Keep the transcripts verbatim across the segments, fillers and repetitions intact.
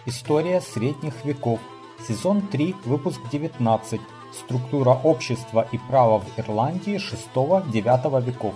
История средних веков. Сезон три, выпуск девятнадцать. Структура общества и права в Ирландии шестого-девятого веков.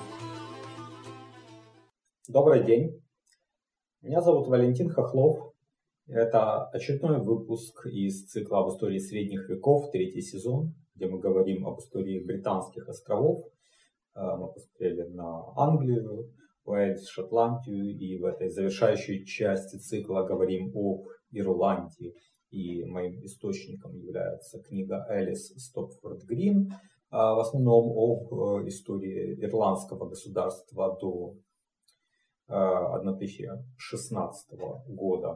Добрый день. Меня зовут Валентин Хохлов. Это очередной выпуск из цикла об истории средних веков, третий сезон, где мы говорим об истории британских островов. Мы посмотрели на Англию, Уэльс, Шотландию, и в этой завершающей части цикла говорим об Ирландии. И моим источником является книга Элис Стопфорд Грин, в основном об истории ирландского государства до тысяча девятьсот шестнадцатого года.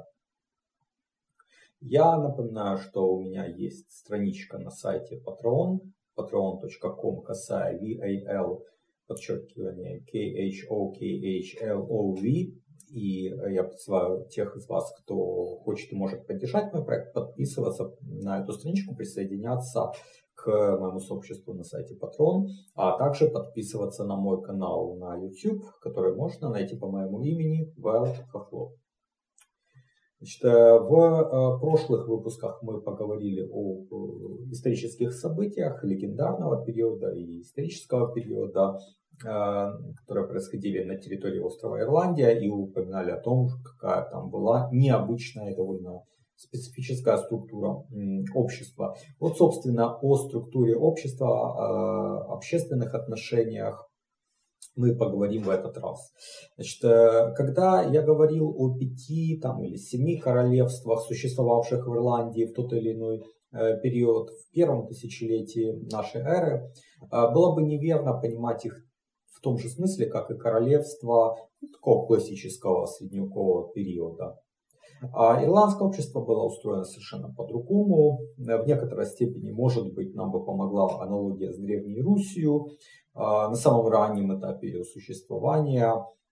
Я напоминаю, что у меня есть страничка на сайте Patreon, patreon точка com, косая val, подчеркивание K H O K H L O V. И я призываю тех из вас, кто хочет и может поддержать мой проект, подписываться на эту страничку, присоединяться к моему сообществу на сайте Patreon, а также подписываться на мой канал на YouTube, который можно найти по моему имени Вэл Хохлов. Значит, в прошлых выпусках мы поговорили об исторических событиях легендарного периода и исторического периода, которые происходили на территории острова Ирландия, и упоминали о том, какая там была необычная и довольно специфическая структура общества. Вот, собственно, о структуре общества, общественных отношениях мы поговорим в этот раз. Значит, когда я говорил о пяти там, или семи королевствах, существовавших в Ирландии в тот или иной период, в первом тысячелетии нашей эры, было бы неверно понимать их в том же смысле, как и королевство такого классического средневекового периода. А ирландское общество было устроено совершенно по-другому. В некоторой степени, может быть, нам бы помогла аналогия с Древней Русью. На самом раннем этапе ее существования,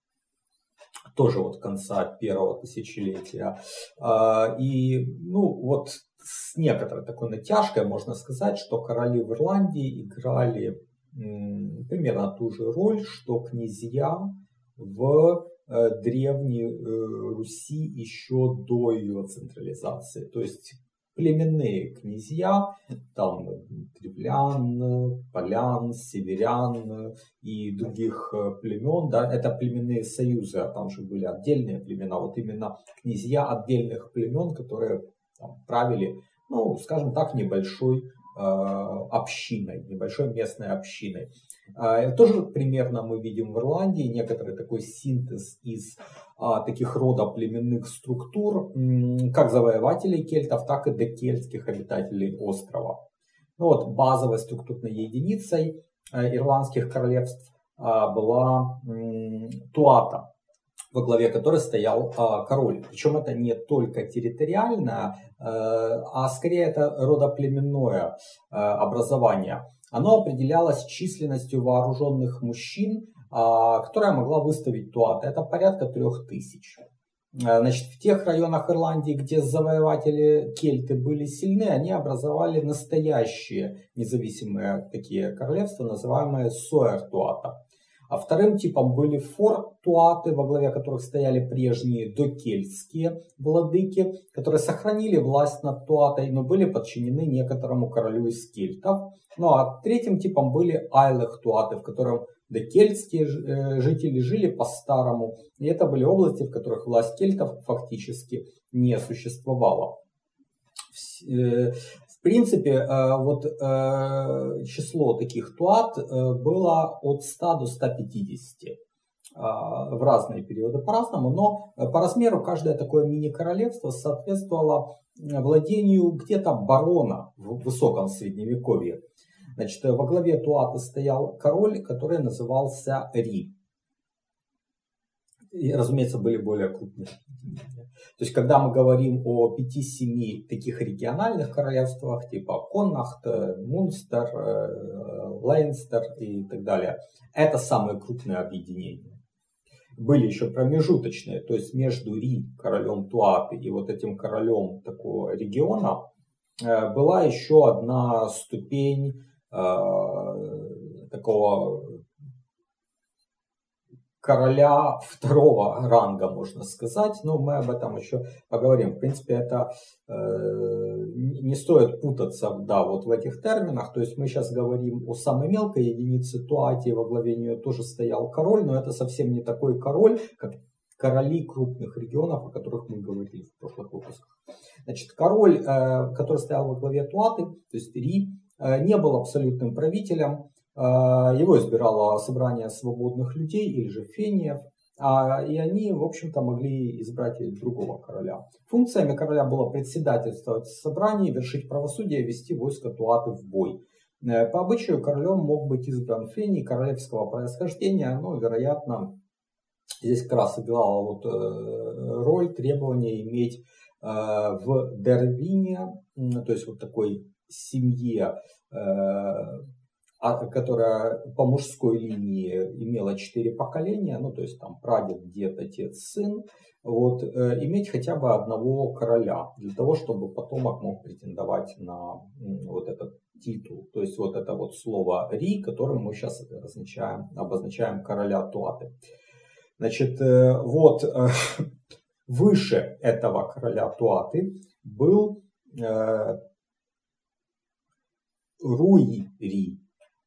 тоже вот конца первого тысячелетия. И ну вот с некоторой такой натяжкой можно сказать, что короли в Ирландии играли примерно ту же роль, что князья в Древней Руси еще до ее централизации. То есть племенные князья, там древлян, полян, северян и других племен, да, это племенные союзы, а там же были отдельные племена, вот именно князья отдельных племен, которые там правили, ну, скажем так, небольшой общиной, небольшой местной общиной. Тоже примерно мы видим в Ирландии некоторый такой синтез из а, таких родоплеменных структур, как завоевателей кельтов, так и докельтских обитателей острова. Ну вот, базовой структурной единицей а, ирландских королевств а, была м, туата, во главе которой стоял а, король. Причем это не только территориальное, а, а скорее это родоплеменное а, образование. Оно определялось численностью вооруженных мужчин, а, которая могла выставить туата. Это порядка трех тысяч. Значит, в тех районах Ирландии, где завоеватели кельты были сильны, они образовали настоящие независимые такие королевства, называемые суэр-туата. А вторым типом были фор-туаты, во главе которых стояли прежние докельтские владыки, которые сохранили власть над туатой, но были подчинены некоторому королю из кельтов. Ну а третьим типом были айлэх-туаты, в котором докельтские жители жили по-старому. И это были области, в которых власть кельтов фактически не существовала. В принципе, вот число таких туат было от ста до ста пятидесяти в разные периоды по-разному, но по размеру каждое такое мини-королевство соответствовало владению где-то барона в высоком средневековье. Значит, во главе туаты стоял король, который назывался Ри. И, разумеется, были более крупные. То есть, когда мы говорим о пяти-семи таких региональных королевствах, типа Коннахт, Мунстер, Лейнстер и так далее, это самые крупные объединения. Были еще промежуточные, то есть между Ри, королем туаты, и вот этим королем такого региона была еще одна ступень э, такого короля второго ранга, можно сказать, но мы об этом еще поговорим. В принципе, это э, не стоит путаться, да, вот в этих терминах. То есть мы сейчас говорим о самой мелкой единице туати, во главе нее тоже стоял король, но это совсем не такой король, как короли крупных регионов, о которых мы говорили в прошлых выпусках. Значит, король, э, который стоял во главе туаты, то есть Ри, э, не был абсолютным правителем. Его избирало собрание свободных людей или же фениев, и они, в общем-то, могли избрать другого короля. Функциями короля было председательствовать в собрании, вершить правосудие и вести войско туаты в бой. По обычаю королем мог быть избран фений королевского происхождения, но, вероятно, здесь как раз играла вот роль требования иметь в Дервине, то есть вот такой семье, которая по мужской линии имела четыре поколения, ну то есть там прадед, дед, отец, сын, вот, э, иметь хотя бы одного короля, для того, чтобы потомок мог претендовать на вот этот титул. То есть вот это вот слово Ри, которым мы сейчас обозначаем, обозначаем короля туаты. Значит, э, вот э, выше этого короля туаты был э, Руи-Ри.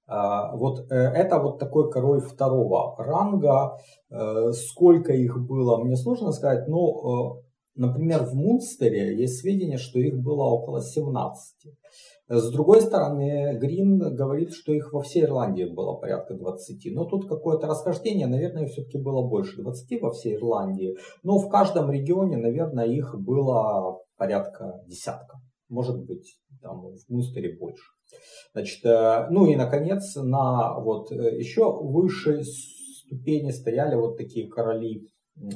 Вот это вот такой король второго ранга. Сколько их было, мне сложно сказать, но, например, в Мунстере есть сведения, что их было около семнадцати. С другой стороны, Грин говорит, что их во всей Ирландии было порядка двадцати. Но тут какое-то расхождение, наверное, все-таки было больше двадцати во всей Ирландии. Но в каждом регионе, наверное, их было порядка десятка. Может быть, там в Мунстере больше. Значит, ну и наконец на вот еще высшей ступени стояли вот такие короли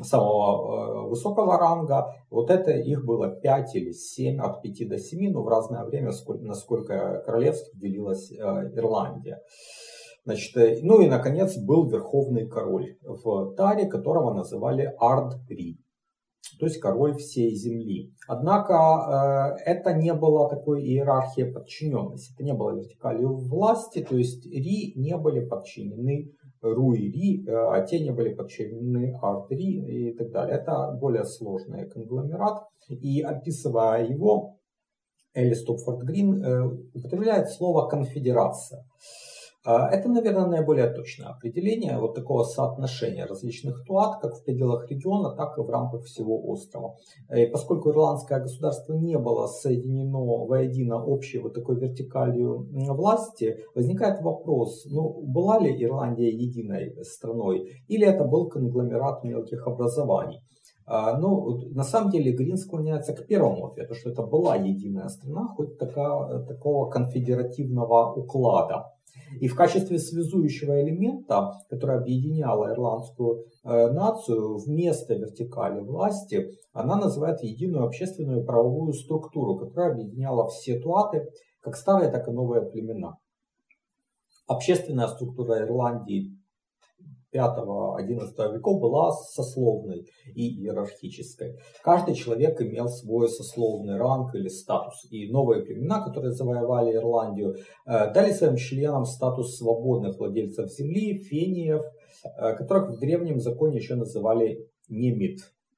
самого высокого ранга. Вот это их было пять или семь, от пяти до семи, но в разное время, на сколько королевств делилась Ирландия. Значит, ну и наконец был верховный король в Таре, которого называли Ard-Ри. То есть король всей земли. Однако э, это не была такой иерархия подчиненности, это не было вертикалью власти, то есть Ри не были подчинены Руи-Ри, э, а те не были подчинены Ард-Ри и так далее. Это более сложный конгломерат, и описывая его, Элис Топфорд Грин э, употребляет слово конфедерация. Это, наверное, наиболее точное определение вот такого соотношения различных туат, как в пределах региона, так и в рамках всего острова. И поскольку ирландское государство не было соединено воедино общей вот такой вертикалью власти, возникает вопрос, ну, была ли Ирландия единой страной, или это был конгломерат мелких образований. Ну, на самом деле Грин склоняется к первому ответу, что это была единая страна, хоть такая, такого конфедеративного уклада. И в качестве связующего элемента, который объединяла ирландскую э, нацию, вместо вертикали власти, она называет единую общественную и правовую структуру, которая объединяла все туаты, как старые, так и новые племена. Общественная структура Ирландии пятого-одиннадцатого веков была сословной и иерархической. Каждый человек имел свой сословный ранг или статус. И новые племена, которые завоевали Ирландию, дали своим членам статус свободных владельцев земли, фениев, которых в древнем законе еще называли немит.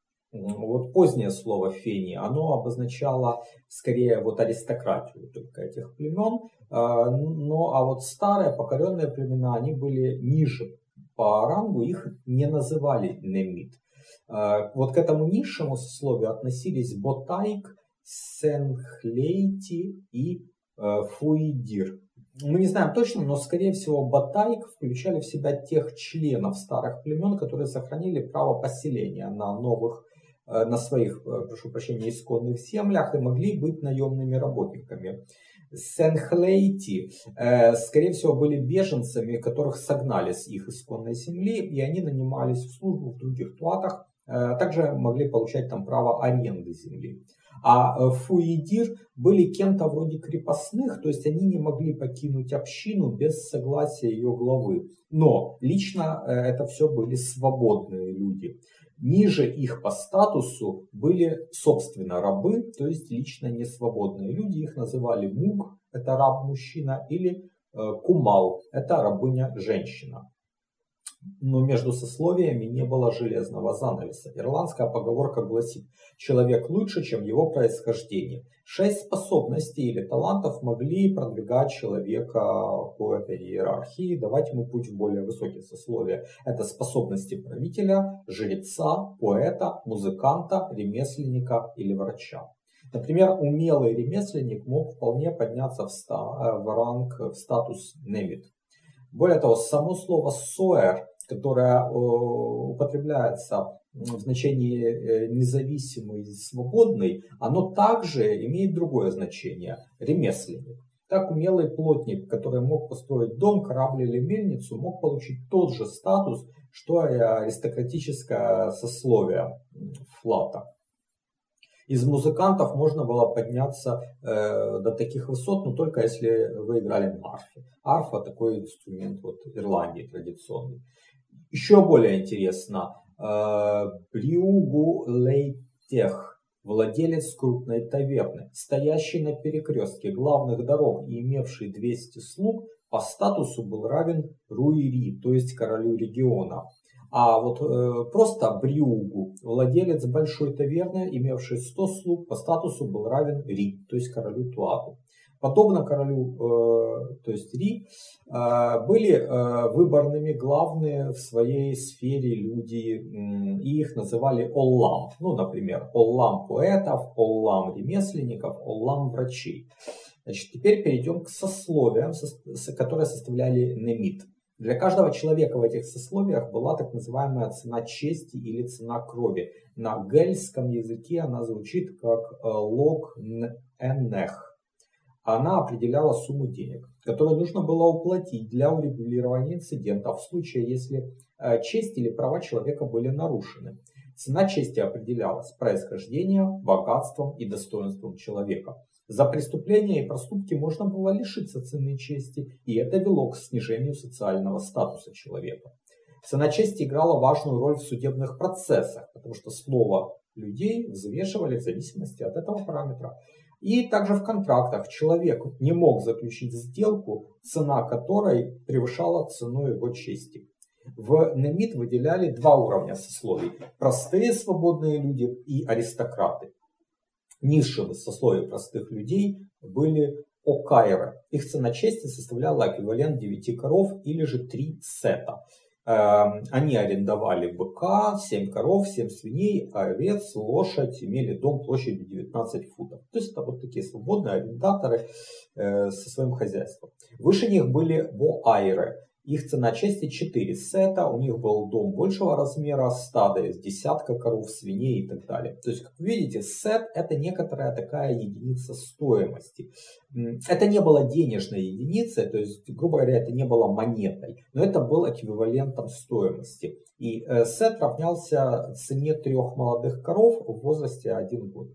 Вот позднее слово фени, оно обозначало скорее вот аристократию только этих племен. Но а вот старые покоренные племена, они были ниже по рангу, их не называли немит. Вот к этому низшему сословию относились Ботайк, Сенхлейти и Фуидир. Мы не знаем точно, но скорее всего Ботайк включали в себя тех членов старых племен, которые сохранили право поселения на новых, на своих, прошу прощения, исконных землях и могли быть наемными работниками. Сенхлейти, э, скорее всего, были беженцами, которых согнали с их исконной земли, и они нанимались в службу в других туатах, э, также могли получать там право аренды земли. А э, фуидир были кем-то вроде крепостных, то есть они не могли покинуть общину без согласия ее главы. Но лично э, это все были свободные люди. Ниже их по статусу были, собственно, рабы, то есть лично несвободные люди. Их называли муг, это раб-мужчина, или э, кумал, это рабыня-женщина. но между сословиями не было железного занавеса. Ирландская поговорка гласит: человек лучше, чем его происхождение. Шесть способностей или талантов могли продвигать человека по этой иерархии, давать ему путь в более высокие сословия. Это способности правителя, жреца, поэта, музыканта, ремесленника или врача. Например, умелый ремесленник мог вполне подняться в, ста, в ранг, в статус немит. Более того, само слово «соэр», которое употребляется в значении независимый, свободный, оно также имеет другое значение – ремесленник. Так умелый плотник, который мог построить дом, корабль или мельницу, мог получить тот же статус, что и аристократическое сословие флата. Из музыкантов можно было подняться э, до таких высот, но только если вы играли на арфе. Арфа – такой инструмент вот, Ирландии традиционный. Еще более интересно, э, Брюгу Лейтех, владелец крупной таверны, стоящий на перекрестке главных дорог и имевший двести слуг, по статусу был равен Руири, то есть королю региона. А вот э, просто Брюгу, владелец большой таверны, имевший сто слуг, по статусу был равен Ри, то есть королю Туату. Подобно королю, э, то есть Ри, э, были э, выборными главные в своей сфере люди, э, и их называли оллам. Ну, например, оллам поэтов, оллам ремесленников, оллам врачей. Значит, теперь перейдем к сословиям, которые составляли немит. Для каждого человека в этих сословиях была так называемая цена чести или цена крови. На гельском языке она звучит как лог эннех. Она определяла сумму денег, которую нужно было уплатить для урегулирования инцидента в случае, если честь или права человека были нарушены. Цена чести определялась происхождением, богатством и достоинством человека. За преступления и проступки можно было лишиться цены чести, и это вело к снижению социального статуса человека. Цена чести играла важную роль в судебных процессах, потому что слово людей взвешивали в зависимости от этого параметра. И также в контрактах человек не мог заключить сделку, цена которой превышала цену его чести. В немит выделяли два уровня сословий – простые свободные люди и аристократы. Низшим из сословий простых людей были окайры. Их цена чести составляла эквивалент девяти коров или же три сета. Они арендовали быка, семь коров, семь свиней, овец, лошадь, имели дом площадью девятнадцать футов. То есть это вот такие свободные арендаторы со своим хозяйством. Выше них были боайры. Их цена чести четыре сета, у них был дом большего размера, стадо из десятка коров, свиней и так далее. То есть, как вы видите, сет – это некоторая такая единица стоимости. Это не было денежной единицей, то есть, грубо говоря, это не было монетой, но это был эквивалентом стоимости. И сет равнялся цене трех молодых коров в возрасте один год.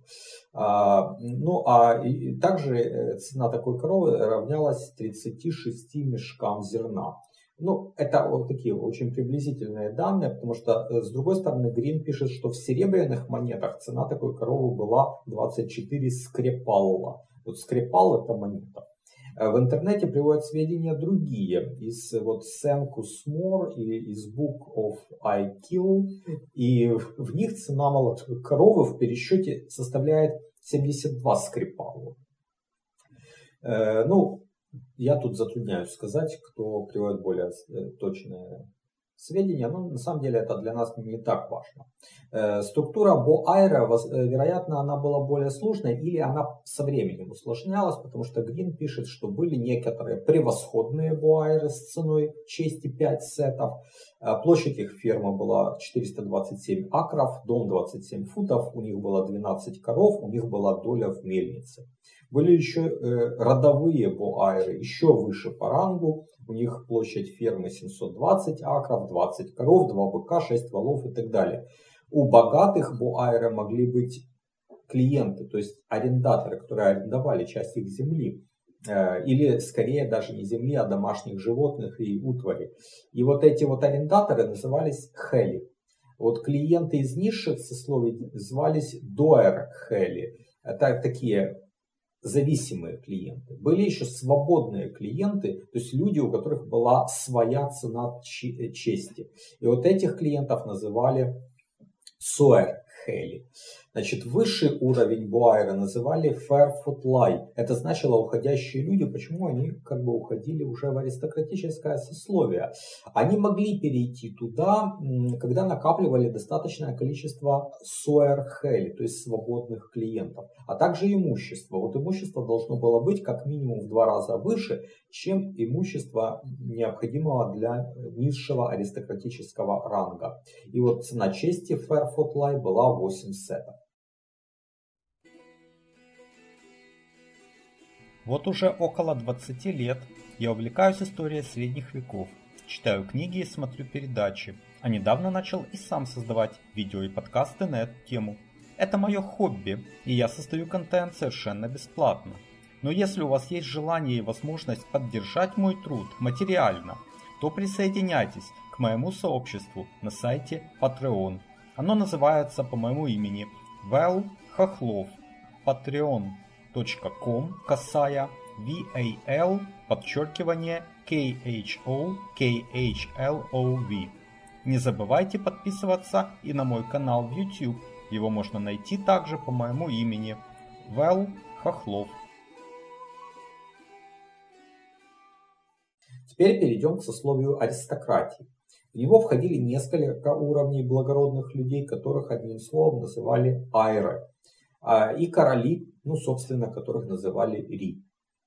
Ну а также цена такой коровы равнялась тридцати шести мешкам зерна. Ну, это вот такие очень приблизительные данные, потому что, с другой стороны, Грин пишет, что в серебряных монетах цена такой коровы была двадцать четыре скрепалла. Вот скрепал — это монета. В интернете приводят сведения другие, из вот Senkus More и из Book of I Kill, и в них цена молодой коровы в пересчете составляет семьдесят два скрепалла. Э, ну, Я тут затрудняюсь сказать, кто приводит более точные сведения, но на самом деле это для нас не так важно. Структура боайра, вероятно, она была более сложной или она со временем усложнялась, потому что Грин пишет, что были некоторые превосходные боайры с ценой чести пять сетов. Площадь их фермы была четыреста двадцать семь акров, дом двадцать семь футов, у них было двенадцать коров, у них была доля в мельнице. Были еще э, родовые боайры, еще выше по рангу. У них площадь фермы семьсот двадцать акров, двадцать коров, два быка, шесть валов и так далее. У богатых боайры могли быть клиенты, то есть арендаторы, которые арендовали часть их земли. Э, или скорее даже не земли, а домашних животных и утвари. И вот эти вот арендаторы назывались хели. Вот клиенты из низших сословий звались доэр хели. Это такие зависимые клиенты. Были еще свободные клиенты, то есть люди, у которых была своя цена чести. И вот этих клиентов называли Суэрхели. Значит, высший уровень Буайра называли Фэрфутлай. Это значило уходящие люди. Почему они как бы уходили уже в аристократическое сословие? Они могли перейти туда, когда накапливали достаточное количество Суэрхели, то есть свободных клиентов, а также имущество. Вот имущество должно было быть как минимум в два раза выше, чем имущество необходимого для низшего аристократического ранга. И вот цена чести Фэрфутлай была восемь сетов. Вот уже около двадцати лет я увлекаюсь историей средних веков, читаю книги и смотрю передачи, а недавно начал и сам создавать видео и подкасты на эту тему. Это мое хобби, и я создаю контент совершенно бесплатно. Но если у вас есть желание и возможность поддержать мой труд материально, то присоединяйтесь к моему сообществу на сайте Patreon. Оно называется по моему имени Вэл Хохлов. patreon точка ком касая вал подчеркивание кхоклов. Не забывайте подписываться и на мой канал в YouTube. Его можно найти также по моему имени Вэл Хохлов. Теперь перейдем к сословию аристократии. В него входили несколько уровней благородных людей, которых одним словом называли айры. И короли, ну, собственно, которых называли ри.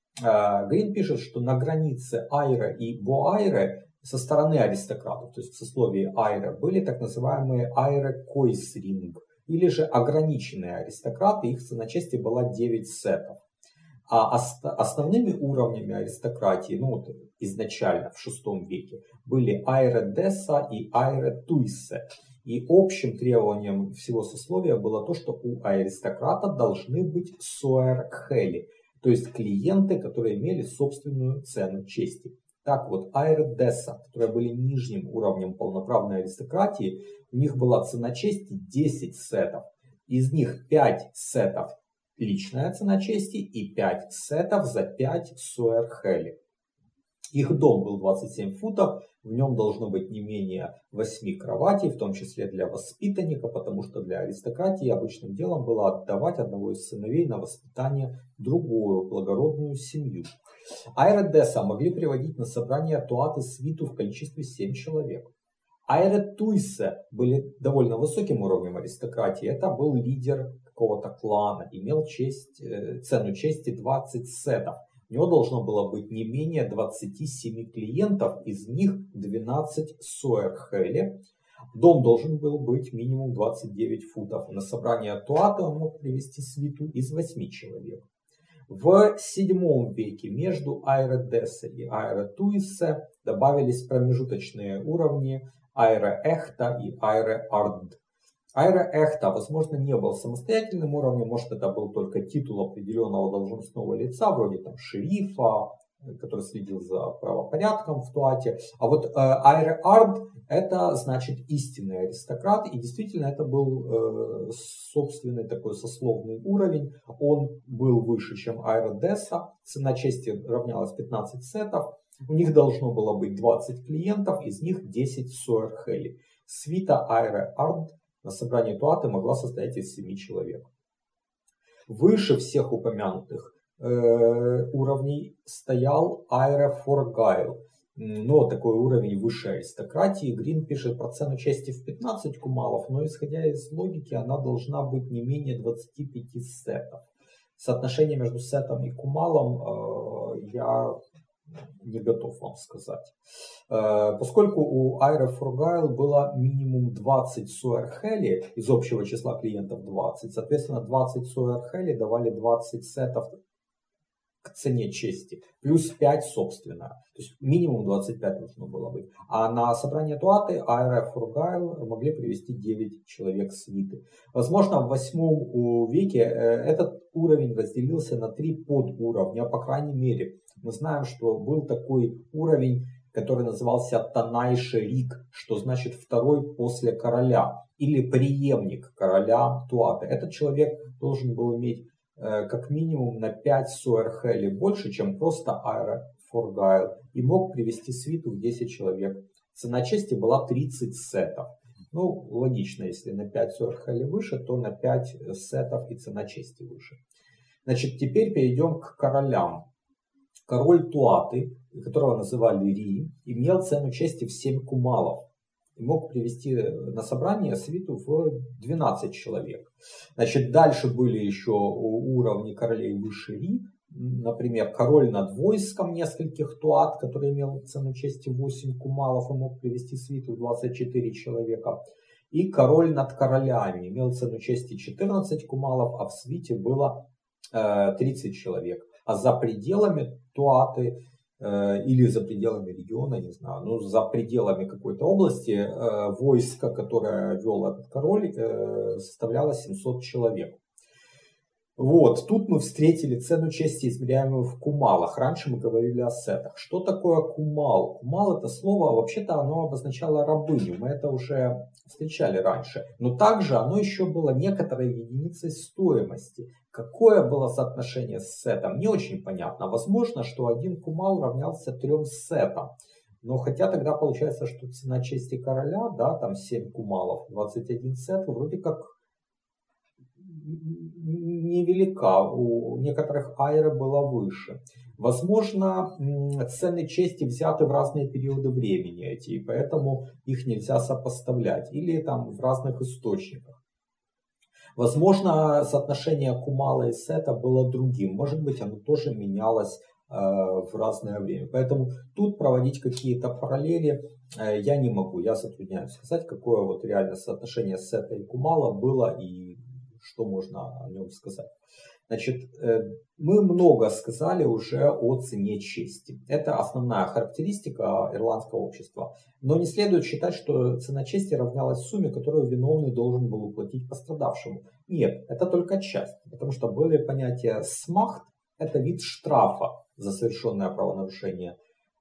Грин пишет, что на границе айра и буайры со стороны аристократов, то есть в сословии айра, были так называемые айры койсринг, или же ограниченные аристократы, их цена чести была девять сетов. А основными уровнями аристократии, ну вот изначально в шестом веке, были айре десса и айре туйсе. И общим требованием всего сословия было то, что у аристократа должны быть суэрхели, то есть клиенты, которые имели собственную цену чести. Так вот, айре десса, которые были нижним уровнем полноправной аристократии, у них была цена чести десять сетов. Из них пять сетов личная цена чести и пять сетов за пять суэрхели. Их дом был двадцать семь футов, в нем должно быть не менее восьми кроватей, в том числе для воспитанника, потому что для аристократии обычным делом было отдавать одного из сыновей на воспитание другую благородную семью. Айре десса могли приводить на собрание туаты свиту в количестве семь человек. Айре туйсе были довольно высоким уровнем аристократии. Это был лидер какого-то клана, имел честь, цену чести двадцать сетов. У него должно было быть не менее двадцати семи клиентов, из них двенадцать суэрхели. Дом должен был быть минимум двадцать девять футов. На собрание туата он мог привести свиту из восьми человек. В седьмом веке между айре десса и айре туйсе добавились промежуточные уровни айре эхта и айре ард. Айре эхта, возможно, не был самостоятельным уровнем, может, это был только титул определенного должностного лица, вроде там шерифа, который следил за правопорядком в туате. А вот э, айре ард это значит истинный аристократ, и действительно это был э, собственный такой сословный уровень. Он был выше, чем айре десса, цена чести равнялась пятнадцать сетов. У них должно было быть двадцать клиентов, из них десять суэрхели. Свита айре ард на собрании туаты могла состоять из семи человек. Выше всех упомянутых э, уровней стоял айре форгайл. Но такой уровень высшей аристократии. Грин пишет про цену чести в пятнадцать кумалов, но исходя из логики она должна быть не менее двадцати пяти сетов. Соотношение между сетом и кумалом э, я не готов вам сказать. Поскольку у айре форгайл было минимум двадцать суэрхели, из общего числа клиентов двадцать, соответственно двадцать суэрхели давали двадцать сетов к цене чести, плюс пять собственно. То есть минимум двадцать пять должно было быть. А на собрание туаты айре форгайл могли привести девять человек свиты. Возможно, в восьмом веке этот уровень разделился на три подуровня, по крайней мере. Мы знаем, что был такой уровень, который назывался Танай-Шерик, что значит второй после короля, или преемник короля туаты. Этот человек должен был иметь как минимум на пять соэрхели больше, чем просто Айра Форгайл, и мог привести свиту в десять человек. Цена чести была тридцать сетов. Ну, логично, если на пять соэрхели выше, то на пять сетов и цена чести выше. Значит, теперь перейдем к королям. Король Туаты, которого называли Ри, имел цену чести в семь кумалов и мог привести на собрание свиту в двенадцать человек. Значит, дальше были еще уровни королей выше Ри. Например, король над войском нескольких туат, который имел цену чести восемь кумалов и мог привести свиту в двадцать четыре человека. И король над королями имел цену чести четырнадцать кумалов, а в свите было э, тридцать человек. А за пределами туаты э, или за пределами региона, не знаю, ну за пределами какой-то области, э, войско, которое вел этот король, э, составляло семьсот человек. Вот, тут мы встретили цену чести, измеряемую в кумалах. Раньше мы говорили о сетах. Что такое кумал? Кумал — это слово, вообще-то оно обозначало рабыню. Мы это уже встречали раньше. Но также оно еще было некоторой единицей стоимости. Какое было соотношение с сетом, не очень понятно. Возможно, что один кумал равнялся трем сетам. Но хотя тогда получается, что цена чести короля, да, там семь кумалов, двадцать один сет, вроде как невелика, у некоторых айры было выше. Возможно, цены чести взяты в разные периоды времени эти, и поэтому их нельзя сопоставлять, или там в разных источниках. Возможно, соотношение кумала и сета было другим, может быть, оно тоже менялось э, в разное время. Поэтому тут проводить какие-то параллели э, я не могу, я затрудняюсь сказать, какое вот реальное соотношение сета и кумала было и что можно о нем сказать. Значит, мы много сказали уже о цене чести. Это основная характеристика ирландского общества. Но не следует считать, что цена чести равнялась сумме, которую виновный должен был уплатить пострадавшему. Нет, это только часть. Потому что были понятия смахт, это вид штрафа за совершенное правонарушение.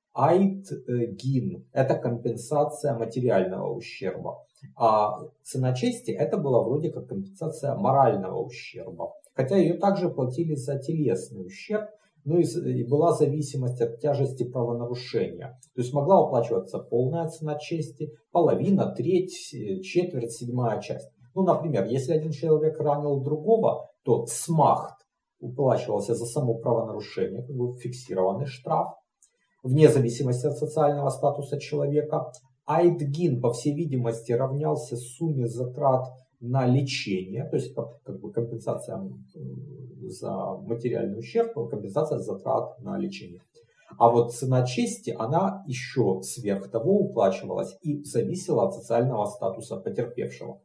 Айдгин — это компенсация материального ущерба. А цена чести — это была вроде как компенсация морального ущерба. Хотя ее также платили за телесный ущерб, ну и, и была зависимость от тяжести правонарушения. То есть могла уплачиваться полная цена чести, половина, треть, четверть, седьмая часть. Ну, например, если один человек ранил другого, то смахт уплачивался за само правонарушение, как бы фиксированный штраф, вне зависимости от социального статуса человека. Айдгин, по всей видимости, равнялся сумме затрат на лечение, то есть как бы компенсация за материальный ущерб, компенсация затрат на лечение. А вот цена чести, она еще сверх того уплачивалась и зависела от социального статуса потерпевшего.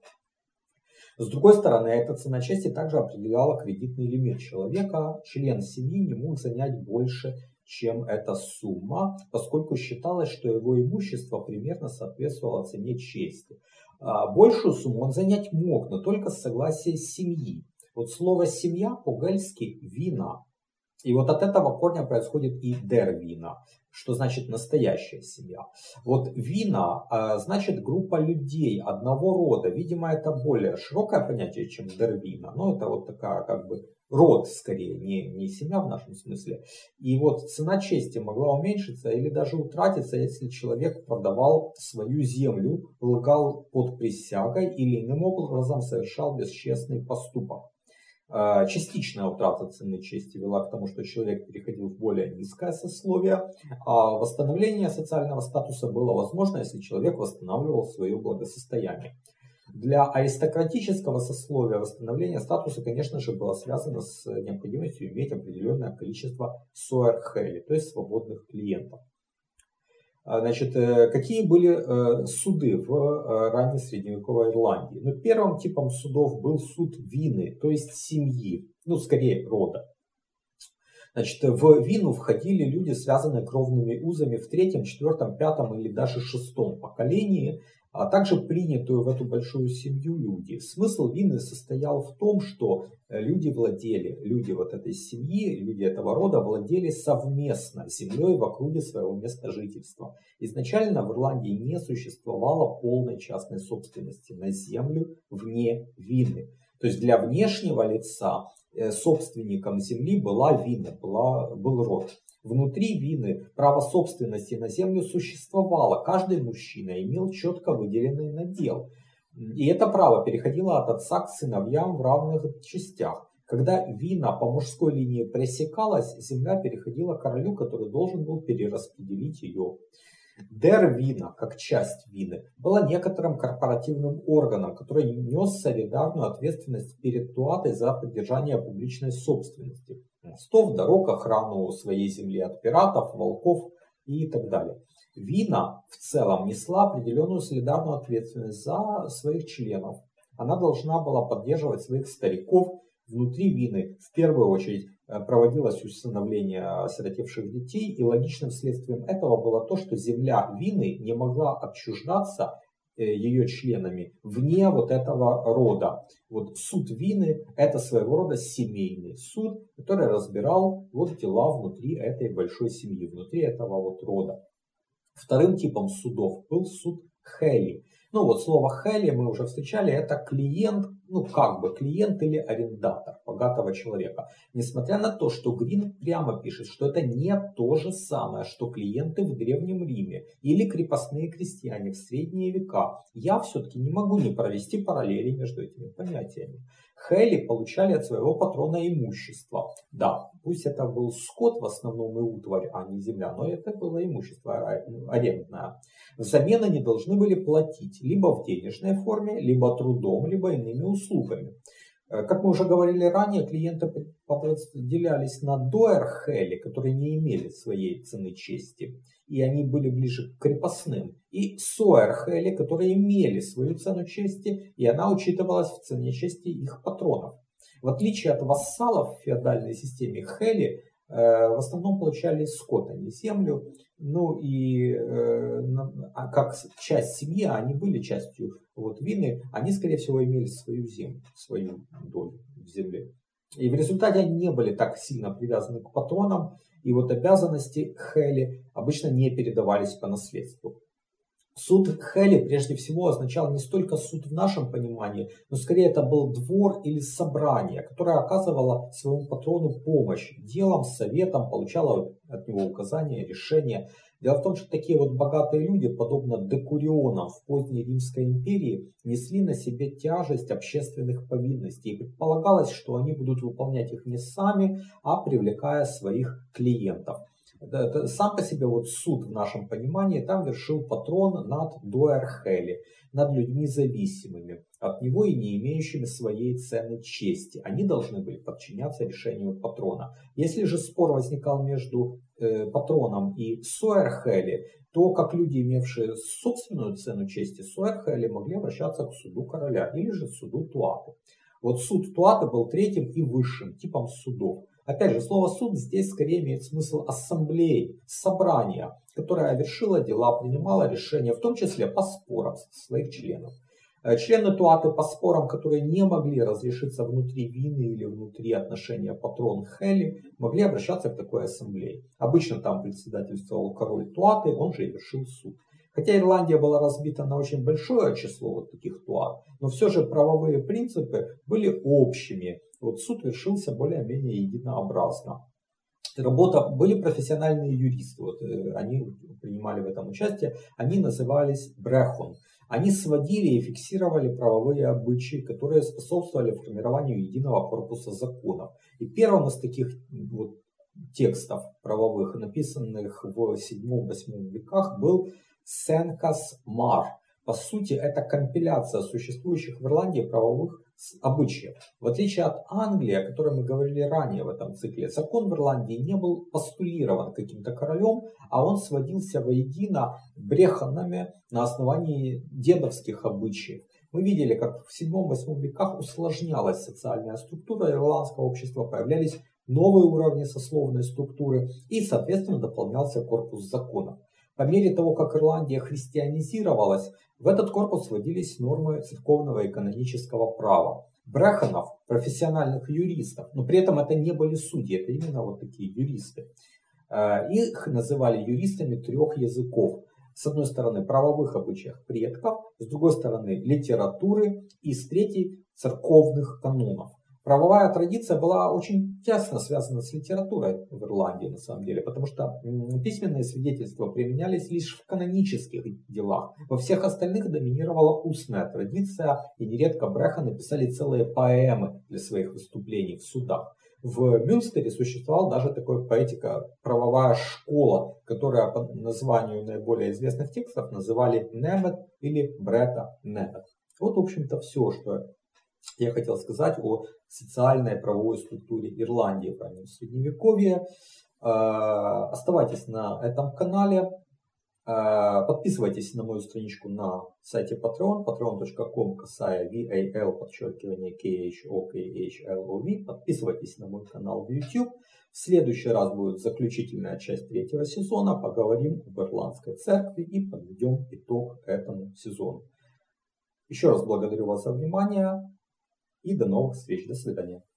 С другой стороны, эта цена чести также определяла кредитный лимит человека. Член семьи не мог занять больше, чем эта сумма, поскольку считалось, что его имущество примерно соответствовало цене чести. Большую сумму он занять мог, но только с согласия семьи. Вот слово «семья» по-гельски «вина». И вот от этого корня происходит и «дер вина», что значит «настоящая семья». Вот «вина» а, значит группа людей одного рода. Видимо, это более широкое понятие, чем «дер вина». Но это вот такая как бы род скорее, не, не семья в нашем смысле. И вот цена чести могла уменьшиться или даже утратиться, если человек продавал свою землю, лгал под присягой или иным образом совершал бесчестный поступок. Частичная утрата цены чести вела к тому, что человек переходил в более низкое сословие, а восстановление социального статуса было возможно, если человек восстанавливал свое благосостояние. Для аристократического сословия восстановление статуса, конечно же, было связано с необходимостью иметь определенное количество соэрхели, то есть свободных клиентов. Значит, какие были суды в ранней средневековой Ирландии? Ну, первым типом судов был суд вины, то есть семьи, ну, скорее рода. Значит, в вину входили люди, связанные кровными узами в третьем, четвертом, пятом или даже шестом поколении, а также принятую в эту большую семью люди. Смысл вины состоял в том, что люди владели, люди вот этой семьи, люди этого рода владели совместно землей в округе своего места жительства. Изначально в Ирландии не существовало полной частной собственности на землю вне вины. То есть для внешнего лица собственником земли была вина, была, был род. Внутри вины право собственности на землю существовало. Каждый мужчина имел четко выделенный надел. И это право переходило от отца к сыновьям в равных частях. Когда вина по мужской линии пресекалась, земля переходила к королю, который должен был перераспределить ее. Дер вина, как часть вины, была некоторым корпоративным органом, который нес солидарную ответственность перед туатой за поддержание публичной собственности. Стов дорог, охрану своей земли от пиратов, волков и так далее. Вина в целом несла определенную солидарную ответственность за своих членов. Она должна была поддерживать своих стариков. Внутри вины в первую очередь проводилось усыновление осиротевших детей, и логичным следствием этого было то, что земля вины не могла отчуждаться ее членами вне вот этого рода. Вот суд вины – это своего рода семейный суд, который разбирал вот дела внутри этой большой семьи, внутри этого вот рода. Вторым типом судов был суд хели. Ну вот слово хели мы уже встречали, это клиент, ну как бы клиент или арендатор богатого человека. Несмотря на то, что Грин прямо пишет, что это не то же самое, что клиенты в Древнем Риме или крепостные крестьяне в средние века, я все-таки не могу не провести параллели между этими понятиями. Хели получали от своего патрона имущество. Да, пусть это был скот в основном и утварь, а не земля, но это было имущество арендное. Взамен они должны были платить либо в денежной форме, либо трудом, либо иными услугами. Как мы уже говорили ранее, клиенты подразделялись на дуэр-хели, которые не имели своей цены чести, и они были ближе к крепостным, и суэр-хели, которые имели свою цену чести, и она учитывалась в цене чести их патронов. В отличие от вассалов в феодальной системе, хели э, в основном получали скот, а не землю. Ну и э, как часть семьи, они были частью вот, вины, они скорее всего имели свою землю, свою долю в земле. И в результате они не были так сильно привязаны к патронам, и вот обязанности хели обычно не передавались по наследству. Суд хели прежде всего означал не столько суд в нашем понимании, но скорее это был двор или собрание, которое оказывало своему патрону помощь делом, советом, получало от него указания, решения. Дело в том, что такие вот богатые люди, подобно декурионам в поздней Римской империи, несли на себе тяжесть общественных повинностей. И предполагалось, что они будут выполнять их не сами, а привлекая своих клиентов. Сам по себе вот суд в нашем понимании там вершил патрон над дуэр-хели, над людьми зависимыми от него и не имеющими своей цены чести. Они должны были подчиняться решению патрона. Если же спор возникал между э, патроном и суэр-хели, то как люди, имевшие собственную цену чести, суэр-хели могли обращаться к суду короля или же к суду туаты. Вот суд туаты был третьим и высшим типом судов. Опять же, слово «суд» здесь скорее имеет смысл ассамблеи, собрания, которое вершило дела, принимало решения, в том числе по спорам своих членов. Члены туаты по спорам, которые не могли разрешиться внутри вины или внутри отношения патрон-хели, могли обращаться к такой ассамблее. Обычно там председательствовал король туаты, он же и вершил суд. Хотя Ирландия была разбита на очень большое число вот таких туат, но все же правовые принципы были общими. Вот суд вершился более-менее единообразно. Работа, были профессиональные юристы, вот, они принимали в этом участие, они назывались брехун. Они сводили и фиксировали правовые обычаи, которые способствовали формированию единого корпуса законов. И первым из таких вот текстов правовых, написанных в седьмом-восьмом веках, был Сенкас Мар. По сути, это компиляция существующих в Ирландии правовых обычаев. В отличие от Англии, о которой мы говорили ранее в этом цикле, закон в Ирландии не был постулирован каким-то королем, а он сводился воедино бреханами на основании дедовских обычаев. Мы видели, как в седьмом-восьмом веках усложнялась социальная структура ирландского общества, появлялись новые уровни сословной структуры и, соответственно, дополнялся корпус законов. По мере того, как Ирландия христианизировалась, в этот корпус вводились нормы церковного и канонического права. Бреханов, профессиональных юристов, но при этом это не были судьи, это именно вот такие юристы. Их называли юристами трех языков. С одной стороны, правовых обычаев предков, с другой стороны, литературы и с третьей, церковных канонов. правовая традиция была очень тесно связана с литературой в Ирландии, на самом деле, потому что письменные свидетельства применялись лишь в канонических делах. Во всех остальных доминировала устная традиция, и нередко Бреханы писали целые поэмы для своих выступлений в судах. В Мюнстере существовала даже такая поэтика, правовая школа, которая по названию наиболее известных текстов называли Немет или Брета Немет. Вот, в общем-то, все, что я хотел сказать о социальной правовой структуре Ирландии в раннем Средневековье. Оставайтесь на этом канале. Подписывайтесь на мою страничку на сайте Patreon, patreon точка com, касая val, подчеркивание khokhlov. Подписывайтесь на мой канал в YouTube. В следующий раз будет заключительная часть третьего сезона. Поговорим об Ирландской церкви и подведем итог этому сезону. Еще раз благодарю вас за внимание и до новых встреч. До свидания.